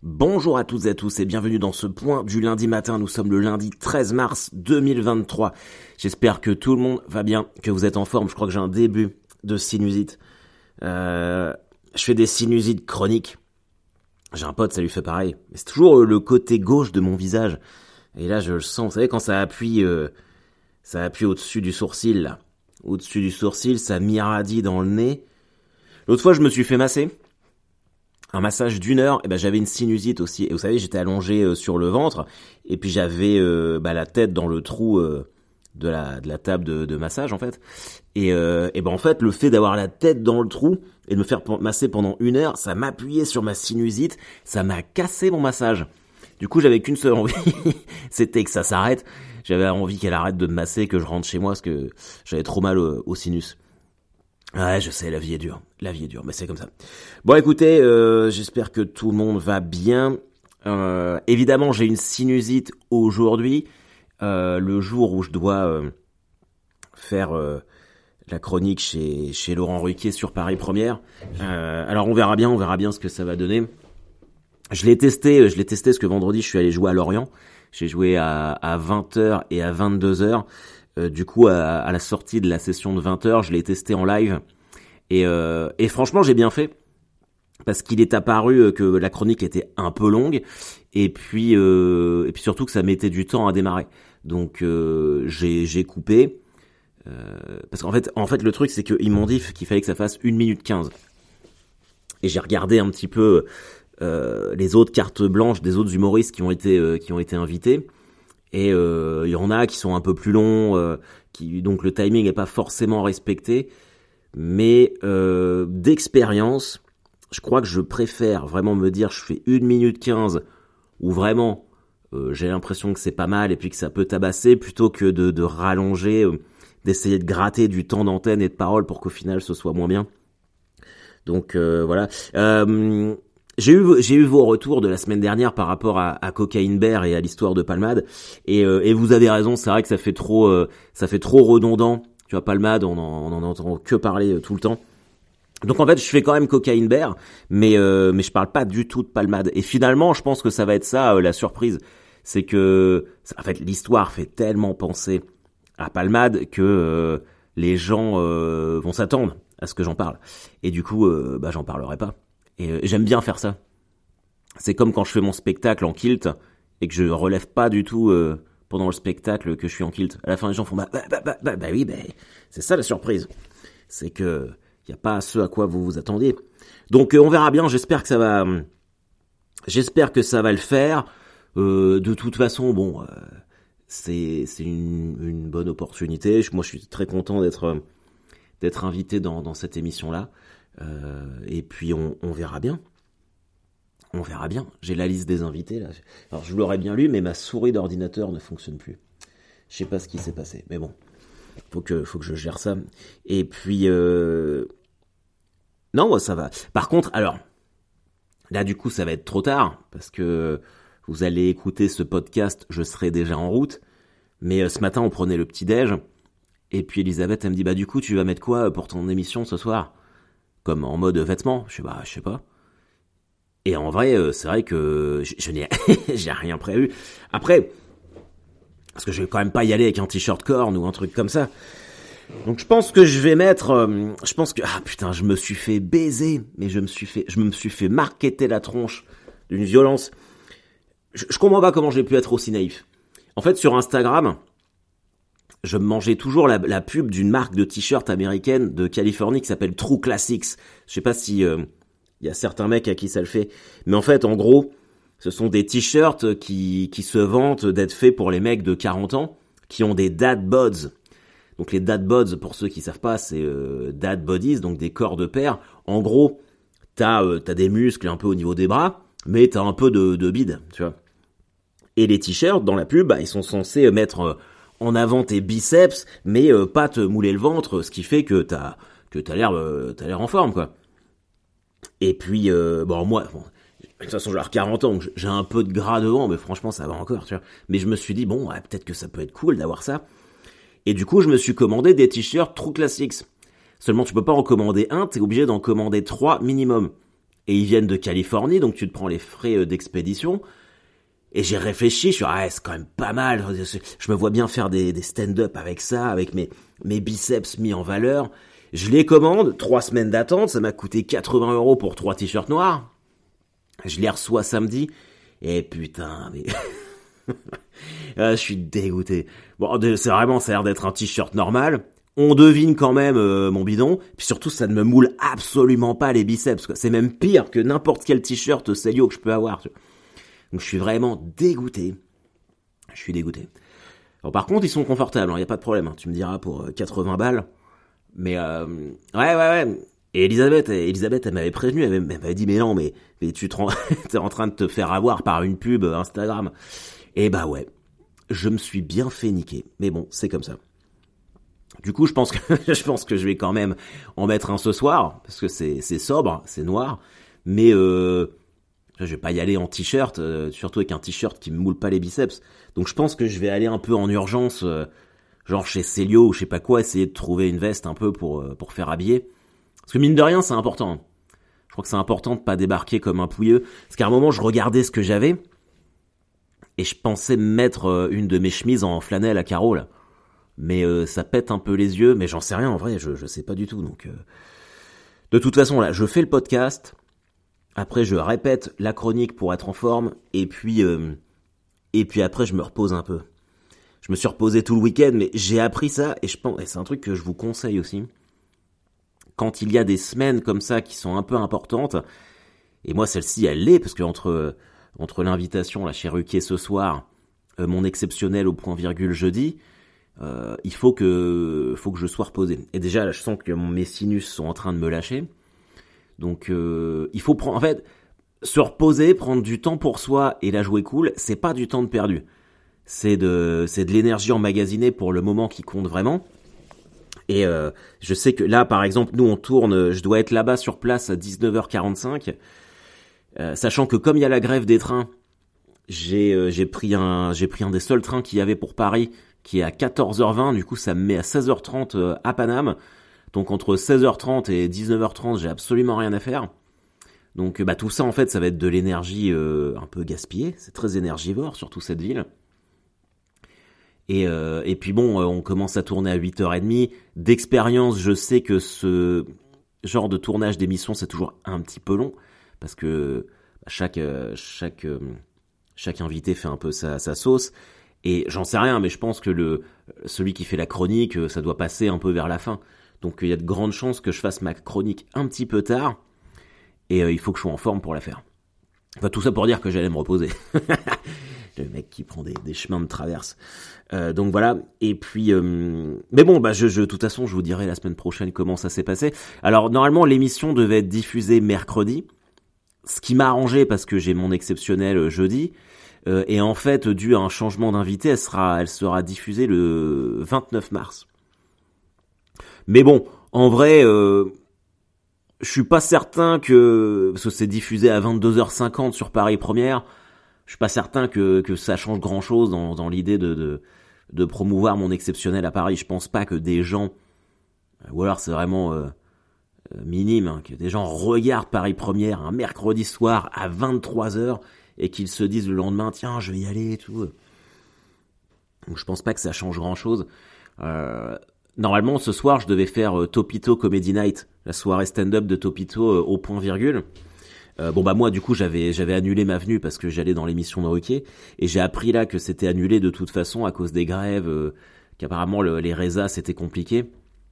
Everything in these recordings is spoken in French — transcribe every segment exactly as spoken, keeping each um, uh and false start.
Bonjour à toutes et à tous et bienvenue dans ce point du lundi matin. Nous sommes le lundi treize mars deux mille vingt-trois. J'espère que tout le monde va bien, que vous êtes en forme. Je crois que j'ai un début de sinusite. Euh, je fais des sinusites chroniques. J'ai un pote, ça lui fait pareil. Mais c'est toujours le côté gauche de mon visage. Et là, je le sens. Vous savez, quand ça appuie, euh, ça appuie au-dessus du sourcil, là. Au-dessus du sourcil, ça m'irradie dans le nez. L'autre fois, je me suis fait masser. Un massage d'une heure, et ben j'avais une sinusite aussi. Et vous savez, j'étais allongé euh, sur le ventre, et puis j'avais euh, bah, la tête dans le trou euh, de la de la table de, de massage en fait. Et, euh, et ben en fait, le fait d'avoir la tête dans le trou et de me faire masser pendant une heure, ça m'appuyait sur ma sinusite, ça m'a cassé mon massage. Du coup, j'avais qu'une seule envie, c'était que ça s'arrête. J'avais envie qu'elle arrête de me masser, que je rentre chez moi parce que j'avais trop mal au, au sinus. Ouais, je sais, la vie est dure. La vie est dure, mais c'est comme ça. Bon, écoutez, euh, j'espère que tout le monde va bien. Euh, évidemment, j'ai une sinusite aujourd'hui, euh, le jour où je dois euh, faire euh, la chronique chez chez Laurent Ruquier sur Paris Première. Euh, alors, on verra bien, on verra bien ce que ça va donner. Je l'ai testé, je l'ai testé parce que vendredi, je suis allé jouer à Lorient. J'ai joué à, à vingt heures et à vingt-deux heures. Euh, du coup, à, à la sortie de la session de vingt heures, je l'ai testé en live. Et, euh, et franchement, j'ai bien fait. Parce qu'il est apparu que la chronique était un peu longue. Et puis, euh, et puis surtout que ça mettait du temps à démarrer. Donc, euh, j'ai, j'ai coupé. Euh, parce qu'en fait, en fait, le truc, c'est qu'ils m'ont dit qu'il fallait que ça fasse une minute quinze. Et j'ai regardé un petit peu euh, les autres cartes blanches des autres humoristes qui ont été, euh, qui ont été invités. Et il euh, y en a qui sont un peu plus longs, euh, qui donc le timing n'est pas forcément respecté. Mais euh, d'expérience, je crois que je préfère vraiment me dire je fais une minute quinze où vraiment euh, j'ai l'impression que c'est pas mal et puis que ça peut tabasser plutôt que de, de rallonger, euh, d'essayer de gratter du temps d'antenne et de parole pour qu'au final ce soit moins bien. Donc euh, voilà. Euh, J'ai eu, j'ai eu vos retours de la semaine dernière par rapport à, à Cocaine Bear et à l'histoire de Palmade. Et, euh, et vous avez raison, c'est vrai que ça fait trop, euh, ça fait trop redondant. Tu vois, Palmade, on en, on en entend que parler euh, tout le temps. Donc en fait, je fais quand même Cocaine Bear, mais euh, mais je parle pas du tout de Palmade. Et finalement, je pense que ça va être ça euh, la surprise, c'est que en fait l'histoire fait tellement penser à Palmade que euh, les gens euh, vont s'attendre à ce que j'en parle. Et du coup, euh, bah j'en parlerai pas. Et euh, j'aime bien faire ça. C'est comme quand je fais mon spectacle en kilt et que je relève pas du tout euh, pendant le spectacle que je suis en kilt. À la fin, les gens font bah bah bah bah, bah, bah oui, bah, c'est ça la surprise. C'est que y a pas ce à quoi vous vous attendiez. Donc euh, on verra bien. J'espère que ça va. J'espère que ça va le faire. Euh, de toute façon, bon, euh, c'est c'est une, une bonne opportunité. Moi, je suis très content d'être d'être invité dans dans cette émission là. Euh, et puis on, on verra bien. On verra bien. J'ai la liste des invités là. Alors je vous l'aurais bien lu, mais ma souris d'ordinateur ne fonctionne plus. Je sais pas ce qui s'est passé, mais bon, faut que faut que je gère ça. Et puis euh... non, ça va. Par contre, alors là du coup ça va être trop tard parce que vous allez écouter ce podcast, je serai déjà en route. Mais euh, ce matin on prenait le petit déj et puis Elisabeth elle me dit bah du coup tu vas mettre quoi pour ton émission ce soir? Comme en mode vêtements, je sais bah je sais pas. Et en vrai, euh, c'est vrai que je, je n'ai j'ai rien prévu. Après, parce que je vais quand même pas y aller avec un t-shirt corne ou un truc comme ça. Donc je pense que je vais mettre, euh, je pense que ah putain, je me suis fait baiser, mais je me suis fait, je me suis fait marketer la tronche d'une violence. Je, je comprends pas comment j'ai pu être aussi naïf. En fait, sur Instagram, je me mangeais toujours la, la pub d'une marque de t-shirt américaine de Californie qui s'appelle True Classics. Je sais pas si euh, y a certains mecs à qui ça le fait, mais en fait, en gros, ce sont des t-shirts qui qui se vantent d'être faits pour les mecs de quarante ans qui ont des dad bods. Donc les dad bods, pour ceux qui savent pas, c'est euh, dad bodies, donc des corps de père. En gros, t'as euh, t'as des muscles un peu au niveau des bras, mais t'as un peu de de bide, tu vois. Et les t-shirts dans la pub, bah, ils sont censés mettre euh, en avant tes biceps, mais euh, pas te mouler le ventre, ce qui fait que t'as que t'as l'air euh, t'as l'air en forme quoi. Et puis euh, bon moi bon, de toute façon j'ai quarante ans, donc j'ai un peu de gras devant, mais franchement ça va encore, tu vois. Mais je me suis dit bon ouais, peut-être que ça peut être cool d'avoir ça. Et du coup je me suis commandé des t-shirts True Classics. Seulement tu peux pas en commander un, t'es obligé d'en commander trois minimum. et ils viennent de Californie, donc tu te prends les frais d'expédition. Et j'ai réfléchi, je suis ah, c'est quand même pas mal. Je me vois bien faire des, des stand-up avec ça, avec mes, mes biceps mis en valeur. Je les commande, trois semaines d'attente, ça m'a coûté quatre-vingts euros pour trois t-shirts noirs. Je les reçois samedi, et putain, mais... ah, je suis dégoûté. Bon, c'est vraiment, ça a l'air d'être un t-shirt normal. On devine quand même euh, mon bidon, puis surtout ça ne me moule absolument pas les biceps, quoi. C'est même pire que n'importe quel t-shirt Célio que je peux avoir, tu vois. Donc je suis vraiment dégoûté. Je suis dégoûté. Alors, par contre, ils sont confortables, il hein, n'y a pas de problème. Hein. Tu me diras pour quatre-vingts balles. Mais euh, ouais, ouais, ouais. Et Elisabeth, Elisabeth, elle m'avait prévenu, elle m'avait dit, mais non, mais, mais tu te rends, t'es en train de te faire avoir par une pub Instagram. Et bah ouais, je me suis bien fait niquer. Mais bon, c'est comme ça. Du coup, je pense que je pense que je vais quand même en mettre un ce soir, parce que c'est, c'est sobre, c'est noir. Mais euh, je vais pas y aller en t-shirt, euh, surtout avec un t-shirt qui me moule pas les biceps. Donc je pense que je vais aller un peu en urgence, euh, genre chez Célio ou je sais pas quoi, essayer de trouver une veste un peu pour euh, pour faire habiller. Parce que mine de rien, c'est important. Je crois que c'est important de pas débarquer comme un pouilleux. Parce qu'à un moment, je regardais ce que j'avais et je pensais mettre euh, une de mes chemises en flanelle à carreaux là. Mais euh, ça pète un peu les yeux, mais j'en sais rien en vrai, je je sais pas du tout. Donc euh... de toute façon là, je fais le podcast. Après, je répète la chronique pour être en forme, et puis euh, et puis après, je me repose un peu. Je me suis reposé tout le week-end, mais j'ai appris ça, et je pense, et c'est un truc que je vous conseille aussi. Quand il y a des semaines comme ça qui sont un peu importantes, et moi celle-ci elle l'est, parce que entre entre l'invitation là chez Ruquier ce soir, euh, mon exceptionnel au point virgule jeudi, euh, il faut que faut que je sois reposé. Et déjà là, je sens que mes sinus sont en train de me lâcher. Donc euh, il faut prendre, en fait, se reposer, prendre du temps pour soi et la jouer cool, c'est pas du temps de perdu. C'est de c'est de l'énergie emmagasinée pour le moment qui compte vraiment. Et euh, je sais que là, par exemple, nous on tourne, je dois être là-bas sur place à dix-neuf heures quarante-cinq, euh, sachant que comme il y a la grève des trains, j'ai euh, j'ai pris un j'ai pris un des seuls trains qu'il y avait pour Paris, qui est à quatorze heures vingt. Du coup, ça me met à seize heures trente euh, à Paname. Donc entre seize heures trente et dix-neuf heures trente, j'ai absolument rien à faire. Donc bah tout ça en fait, ça va être de l'énergie euh, un peu gaspillée. C'est très énergivore, surtout cette ville. Et, euh, et puis bon, on commence à tourner à huit heures trente. D'expérience, je sais que ce genre de tournage d'émission, c'est toujours un petit peu long, parce que chaque chaque chaque invité fait un peu sa, sa sauce. Et j'en sais rien, mais je pense que le celui qui fait la chronique, ça doit passer un peu vers la fin. Donc il y a de grandes chances que je fasse ma chronique un petit peu tard, et euh, il faut que je sois en forme pour la faire. Enfin, tout ça pour dire que j'allais me reposer. Le mec qui prend des, des chemins de traverse. Euh, donc voilà. Et puis, euh... mais bon, bah je, je, de toute façon, je vous dirai la semaine prochaine comment ça s'est passé. Alors normalement, l'émission devait être diffusée mercredi, ce qui m'a arrangé parce que j'ai mon exceptionnel jeudi. Euh, et en fait, dû à un changement d'invité, elle sera, elle sera diffusée le vingt-neuf mars. Mais bon, en vrai, euh, je suis pas certain que, parce que c'est diffusé à vingt-deux heures cinquante sur Paris Première, je suis pas certain que, que ça change grand chose dans, dans l'idée de, de, de promouvoir mon exceptionnel à Paris. Je pense pas que des gens, ou alors c'est vraiment euh, minime, hein, que des gens regardent Paris Première un mercredi soir à vingt-trois heures et qu'ils se disent le lendemain, tiens, je vais y aller et tout. Donc je pense pas que ça change grand chose. Euh, Normalement, ce soir, je devais faire euh, Topito Comedy Night, la soirée stand-up de Topito euh, au point virgule. Euh, bon bah moi, du coup, j'avais j'avais annulé ma venue parce que j'allais dans l'émission de Ruquier, et j'ai appris là que c'était annulé de toute façon à cause des grèves, euh, qu'apparemment le, les résas c'était compliqué.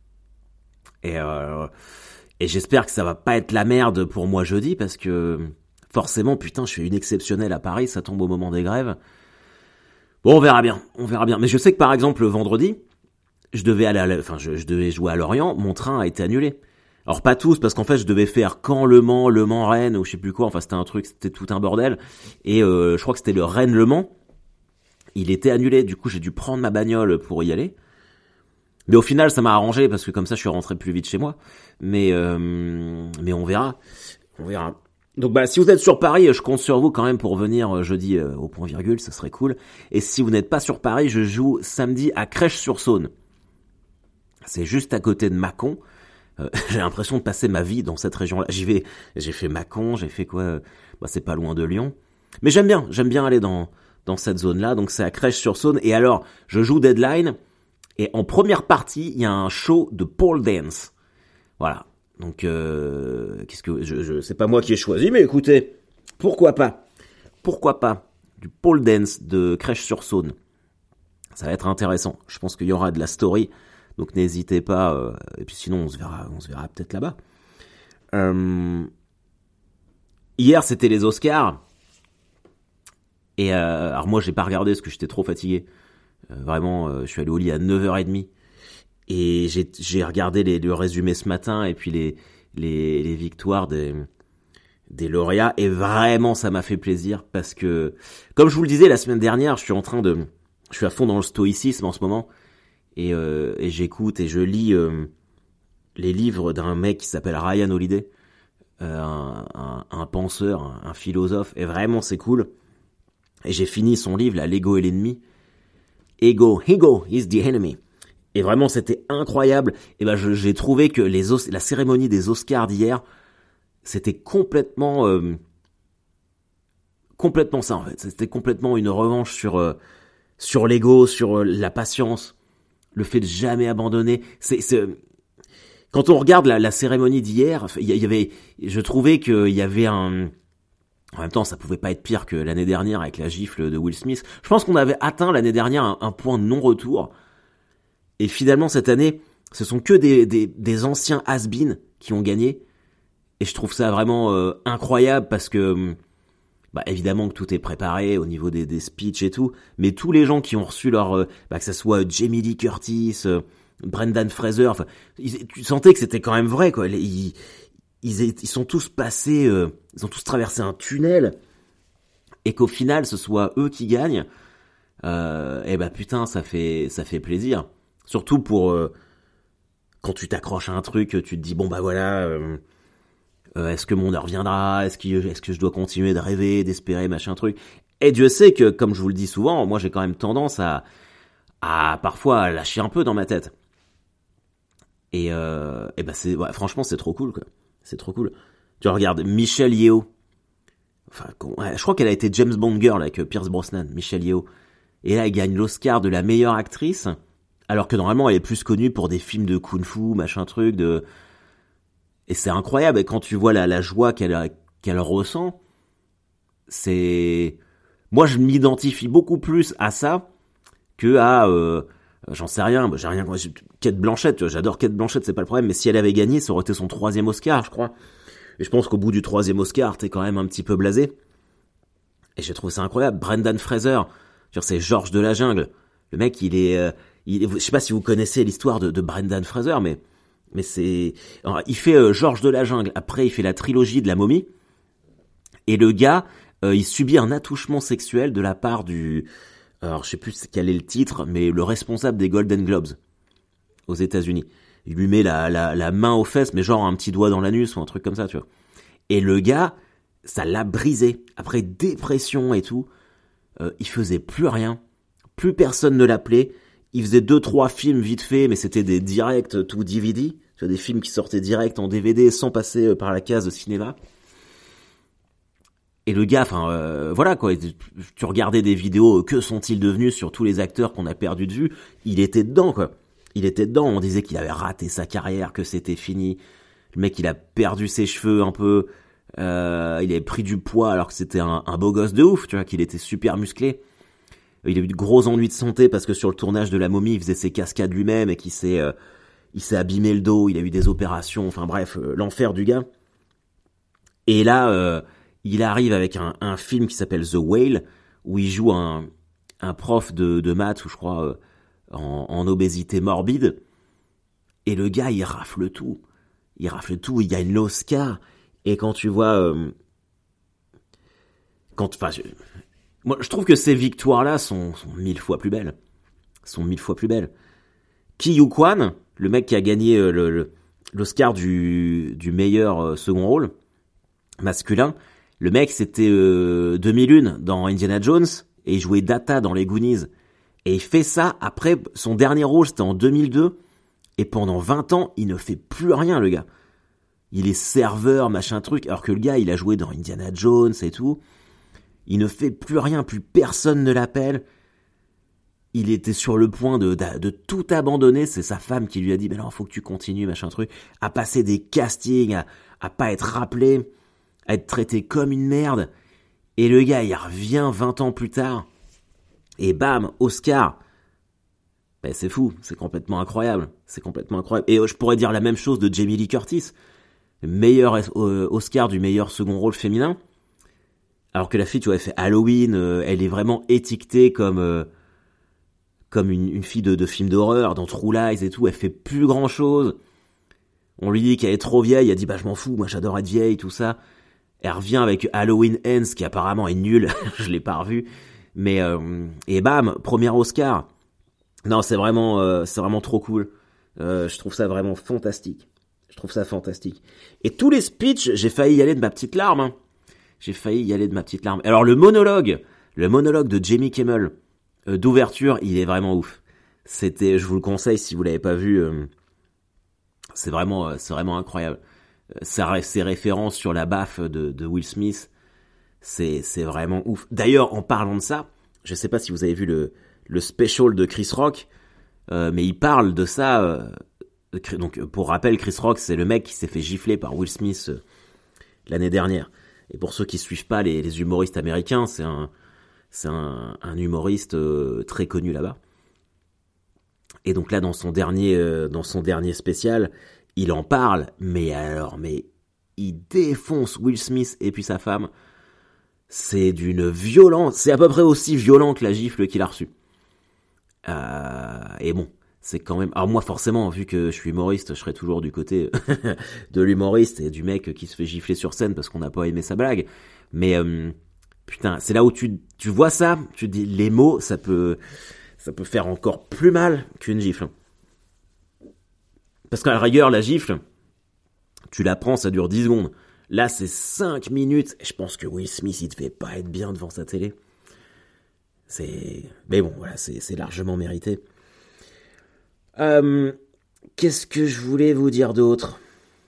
Et euh, et j'espère que ça va pas être la merde pour moi jeudi, parce que forcément, putain, je fais une exceptionnelle à Paris, ça tombe au moment des grèves. Bon, on verra bien, on verra bien. Mais je sais que par exemple le vendredi, je devais aller à la, enfin, je, je devais jouer à Lorient, mon train a été annulé. Alors pas tous, parce qu'en fait, je devais faire Caen, Le Mans, Le Mans, Rennes, ou je sais plus quoi, enfin, c'était un truc, c'était tout un bordel. Et euh, je crois que c'était le Rennes-Le Mans. Il était annulé, du coup, j'ai dû prendre ma bagnole pour y aller. Mais au final, ça m'a arrangé, parce que comme ça, je suis rentré plus vite chez moi. Mais, euh, mais on verra. On verra. Donc bah, si vous êtes sur Paris, je compte sur vous quand même pour venir jeudi euh, au point virgule, ça serait cool. Et si vous n'êtes pas sur Paris, je joue samedi à Crèche-sur-Saône. C'est juste à côté de Mâcon. Euh, j'ai l'impression de passer ma vie dans cette région-là. J'y vais, j'ai fait Mâcon, j'ai fait quoi, bah c'est pas loin de Lyon. Mais j'aime bien, j'aime bien aller dans dans cette zone-là. Donc c'est à Crèche-sur-Saône. Et alors, je joue Deadline. Et en première partie, il y a un show de pole dance. Voilà. Donc, euh, qu'est-ce que je, je, c'est pas moi qui ai choisi, mais écoutez, pourquoi pas, pourquoi pas du pole dance de Crèche-sur-Saône. Ça va être intéressant. Je pense qu'il y aura de la story, donc n'hésitez pas. Euh, et puis sinon, on se verra, on se verra peut-être là-bas. Euh, hier, c'était les Oscars. Et euh, alors moi, j'ai pas regardé parce que j'étais trop fatigué. Euh, vraiment, euh, je suis allé au lit à neuf heures trente. Et j'ai, j'ai regardé les, le résumé ce matin et puis les, les, les victoires des, des lauréats. Et vraiment, ça m'a fait plaisir parce que, comme je vous le disais la semaine dernière, je suis en train de, je suis à fond dans le stoïcisme en ce moment. Et, euh, et j'écoute et je lis euh, les livres d'un mec qui s'appelle Ryan Holiday, euh, un, un, un penseur, un, un philosophe. Et vraiment, c'est cool. Et j'ai fini son livre, là, L'ego est l'ennemi. Ego, ego is the enemy. Et vraiment, c'était incroyable. Et ben, je, j'ai trouvé que les os, la cérémonie des Oscars d'hier, c'était complètement, euh, complètement ça en fait. C'était complètement une revanche sur, euh, sur l'ego, sur euh, la patience, le fait de jamais abandonner. C'est, c'est quand on regarde la, la cérémonie d'hier, il y, y avait, je trouvais qu'il y avait un, en même temps, ça pouvait pas être pire que l'année dernière avec la gifle de Will Smith. Je pense qu'on avait atteint l'année dernière un, un point de non-retour. Et finalement, cette année, ce sont que des, des, des anciens has-been qui ont gagné. Et je trouve ça vraiment euh, incroyable parce que, bah, évidemment que tout est préparé au niveau des, des speeches et tout. Mais tous les gens qui ont reçu leur, euh, bah, que ça soit Jamie Lee Curtis, euh, Brendan Fraser, enfin, ils, tu sentais que c'était quand même vrai, quoi. Ils, ils, ils sont tous passés, euh, ils ont tous traversé un tunnel. Et qu'au final, ce soit eux qui gagnent. Euh, et bah putain, ça fait, ça fait plaisir. Surtout pour euh, quand tu t'accroches à un truc, tu te dis bon bah voilà, euh, euh, est-ce que mon heure viendra, est-ce que est-ce que je dois continuer de rêver, d'espérer machin truc. Et Dieu sait que comme je vous le dis souvent, moi j'ai quand même tendance à à parfois à lâcher un peu dans ma tête. Et euh, et bah c'est ouais, franchement c'est trop cool quoi, c'est trop cool. Tu regardes Michelle Yeoh, enfin ouais, je crois qu'elle a été James Bond girl avec Pierce Brosnan, Michelle Yeoh. Et là elle gagne l'Oscar de la meilleure actrice. Alors que normalement, elle est plus connue pour des films de kung-fu, machin truc, de... Et c'est incroyable. Et quand tu vois la, la joie qu'elle, qu'elle ressent, c'est... Moi, je m'identifie beaucoup plus à ça que à... Euh, j'en sais rien, j'ai rien... Cate Blanchett, tu vois, j'adore Cate Blanchett, c'est pas le problème. Mais si elle avait gagné, ça aurait été son troisième Oscar, je crois. Et je pense qu'au bout du troisième Oscar, t'es quand même un petit peu blasé. Et j'ai trouvé ça incroyable. Brendan Fraser, c'est Georges de la Jungle. Le mec, il est... Euh, Il, je sais pas si vous connaissez l'histoire de, de Brendan Fraser, mais mais c'est, alors, il fait euh, Georges de la Jungle. Après, il fait la trilogie de la momie. Et le gars, euh, il subit un attouchement sexuel de la part du, alors je sais plus quel est le titre, mais le responsable des Golden Globes aux États-Unis. Il lui met la la, la main aux fesses, mais genre un petit doigt dans l'anus ou un truc comme ça, tu vois. Et le gars, ça l'a brisé. Après dépression et tout, euh, il faisait plus rien, plus personne ne l'appelait. Il faisait deux, trois films vite fait, mais c'était des directs tout D V D. Tu vois, des films qui sortaient direct en D V D sans passer par la case de cinéma. Et le gars, enfin, euh, voilà quoi. Tu regardais des vidéos, que sont-ils devenus sur tous les acteurs qu'on a perdu de vue. Il était dedans, quoi. Il était dedans. On disait qu'il avait raté sa carrière, que c'était fini. Le mec, il a perdu ses cheveux un peu. Euh, il avait pris du poids alors que c'était un, un beau gosse de ouf, tu vois, qu'il était super musclé. Il a eu de gros ennuis de santé parce que sur le tournage de La Momie, il faisait ses cascades lui-même et qu'il s'est, euh, il s'est abîmé le dos, il a eu des opérations, enfin bref, euh, l'enfer du gars. Et là, euh, il arrive avec un, un film qui s'appelle The Whale, où il joue un, un prof de, de maths, ou je crois, euh, en, en obésité morbide. Et le gars, il rafle tout. Il rafle tout, il gagne l'Oscar. Et quand tu vois... Euh, quand, enfin... Je, Moi, je trouve que ces victoires-là sont, sont mille fois plus belles. Sont mille fois plus belles. Ki Yu Kwan, le mec qui a gagné le, le, l'Oscar du, du meilleur second rôle masculin, le mec c'était euh, deux mille un dans Indiana Jones et il jouait Data dans les Goonies. Et il fait ça après son dernier rôle, c'était en deux mille deux. Et pendant vingt ans, il ne fait plus rien, le gars. Il est serveur, machin truc, alors que le gars, il a joué dans Indiana Jones et tout. Il ne fait plus rien, plus personne ne l'appelle. Il était sur le point de, de, de tout abandonner. C'est sa femme qui lui a dit, mais non, faut que tu continues, machin truc. À passer des castings, à, à pas être rappelé, à être traité comme une merde. Et le gars, il revient vingt ans plus tard. Et bam, Oscar. Ben, c'est fou, c'est complètement incroyable. C'est complètement incroyable. Et je pourrais dire la même chose de Jamie Lee Curtis. Meilleur euh, Oscar du meilleur second rôle féminin. Alors que la fille, tu vois, elle fait Halloween, euh, elle est vraiment étiquetée comme euh, comme une, une fille de, de film d'horreur, dans True Lies et tout, elle fait plus grand chose. On lui dit qu'elle est trop vieille, elle dit bah je m'en fous, moi j'adore être vieille, tout ça. Elle revient avec Halloween Ends, qui apparemment est nul, je l'ai pas revu. Mais euh, et bam, premier Oscar. Non, c'est vraiment euh, c'est vraiment trop cool. Euh, je trouve ça vraiment fantastique. Je trouve ça fantastique. Et tous les speeches, j'ai failli y aller de ma petite larme. Hein. J'ai failli y aller de ma petite larme. Alors le monologue, le monologue de Jimmy Kimmel euh, d'ouverture, il est vraiment ouf. C'était, je vous le conseille si vous l'avez pas vu. Euh, c'est vraiment, euh, c'est vraiment incroyable. Euh, ses références sur la baffe de, de Will Smith, c'est, c'est vraiment ouf. D'ailleurs, en parlant de ça, je sais pas si vous avez vu le, le special de Chris Rock, euh, mais il parle de ça. Euh, Donc, pour rappel, Chris Rock, c'est le mec qui s'est fait gifler par Will Smith euh, l'année dernière. Et pour ceux qui suivent pas les, les humoristes américains, c'est un, c'est un, un humoriste euh, très connu là-bas. Et donc là, dans son dernier, euh, dans son dernier spécial, il en parle, mais alors, mais il défonce Will Smith et puis sa femme. C'est d'une violence, c'est à peu près aussi violent que la gifle qu'il a reçue. Euh, et bon. C'est quand même... Alors moi, forcément, vu que je suis humoriste, je serai toujours du côté de l'humoriste et du mec qui se fait gifler sur scène parce qu'on n'a pas aimé sa blague. Mais, euh, putain, c'est là où tu, tu vois ça, tu te dis, les mots, ça peut, ça peut faire encore plus mal qu'une gifle. Parce qu'à la rigueur, la gifle, tu la prends, ça dure dix secondes. Là, c'est cinq minutes. Et je pense que Will Smith, il devait pas être bien devant sa télé. C'est... Mais bon, voilà, c'est, c'est largement mérité. Euh, qu'est-ce que je voulais vous dire d'autre ?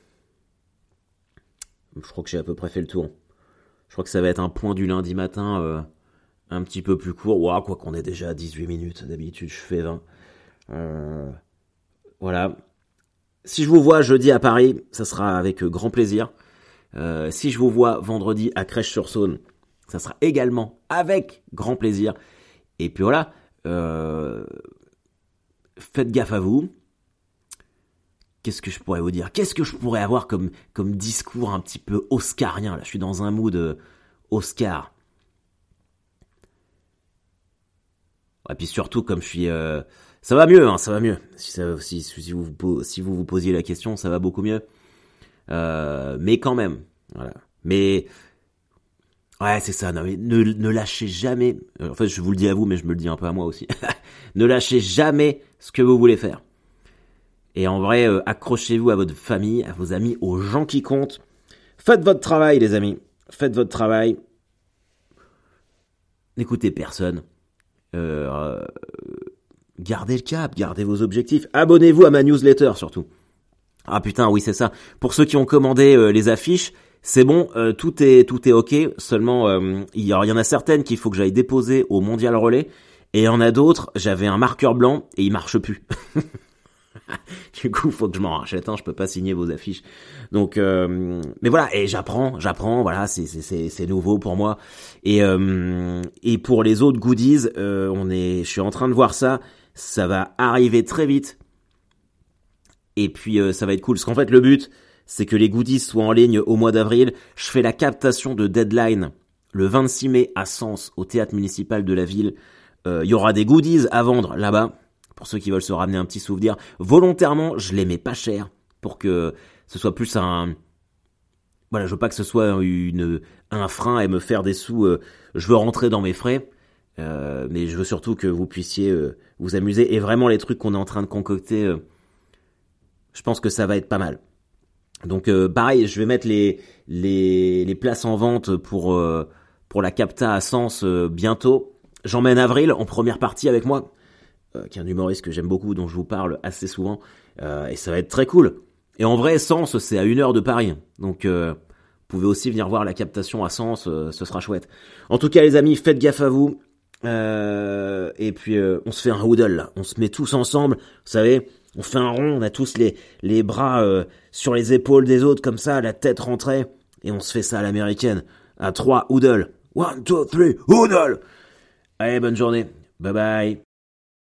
Je crois que j'ai à peu près fait le tour. Je crois que ça va être un point du lundi matin euh, un petit peu plus court. Ouah, quoi qu'on est déjà à dix-huit minutes. D'habitude, je fais vingt. Euh, voilà. Si je vous vois jeudi à Paris, ça sera avec grand plaisir. Euh, si je vous vois vendredi à Crèche-sur-Saône, ça sera également avec grand plaisir. Et puis voilà... Euh, faites gaffe à vous. Qu'est-ce que je pourrais vous dire ? Qu'est-ce que je pourrais avoir comme, comme discours un petit peu oscarien ? Là, je suis dans un mood euh, Oscar. Et puis surtout, comme je suis... Euh, ça va mieux, hein, ça va mieux. Si, ça, si, si, vous, si vous vous posiez la question, ça va beaucoup mieux. Euh, mais quand même, voilà. Mais... Ouais, c'est ça. Non, mais ne, ne lâchez jamais... En fait, je vous le dis à vous, mais je me le dis un peu à moi aussi. Ne lâchez jamais ce que vous voulez faire. Et en vrai, euh, accrochez-vous à votre famille, à vos amis, aux gens qui comptent. Faites votre travail, les amis. Faites votre travail. N'écoutez personne. Euh, euh, gardez le cap, gardez vos objectifs. Abonnez-vous à ma newsletter, surtout. Ah putain, oui, c'est ça. Pour ceux qui ont commandé euh, les affiches, c'est bon, euh, tout est tout est ok. Seulement, euh, il y, y en a certaines qu'il faut que j'aille déposer au Mondial Relais. Et il y en a d'autres, j'avais un marqueur blanc et il marche plus. Du coup, faut que je m'en rachète un, je peux pas signer vos affiches. Donc, euh, mais voilà, et j'apprends, j'apprends, voilà, c'est c'est c'est, c'est nouveau pour moi. Et euh, et pour les autres goodies, euh, on est, je suis en train de voir ça, ça va arriver très vite. Et puis euh, ça va être cool, parce qu'en fait le but, c'est que les goodies soient en ligne au mois d'avril. Je fais la captation de Deadline le vingt-six mai à Sens, au théâtre municipal de la ville. Il euh, y aura des goodies à vendre là-bas. Pour ceux qui veulent se ramener un petit souvenir, volontairement, je les mets pas cher pour que ce soit plus un... Voilà, je veux pas que ce soit une un frein et me faire des sous. Euh, je veux rentrer dans mes frais, euh, mais je veux surtout que vous puissiez euh, vous amuser. Et vraiment, les trucs qu'on est en train de concocter, euh, je pense que ça va être pas mal. Donc, euh, pareil, je vais mettre les les les places en vente pour euh, pour la capta à Sens euh, bientôt. J'emmène Avril en première partie avec moi. euh, qui est un humoriste que j'aime beaucoup, dont je vous parle assez souvent, euh, et ça va être très cool. Et en vrai, Sens, c'est à une heure de Paris, donc euh, vous pouvez aussi venir voir la captation à Sens, euh, ce sera chouette. En tout cas, les amis, faites gaffe à vous, euh, et puis euh, on se fait un hoodle, là. On se met tous ensemble, vous savez, on fait un rond, on a tous les, les bras euh, sur les épaules des autres, comme ça, la tête rentrée, et on se fait ça à l'américaine, à trois hoodle. One, two, three, hoodle! Allez, bonne journée, bye bye.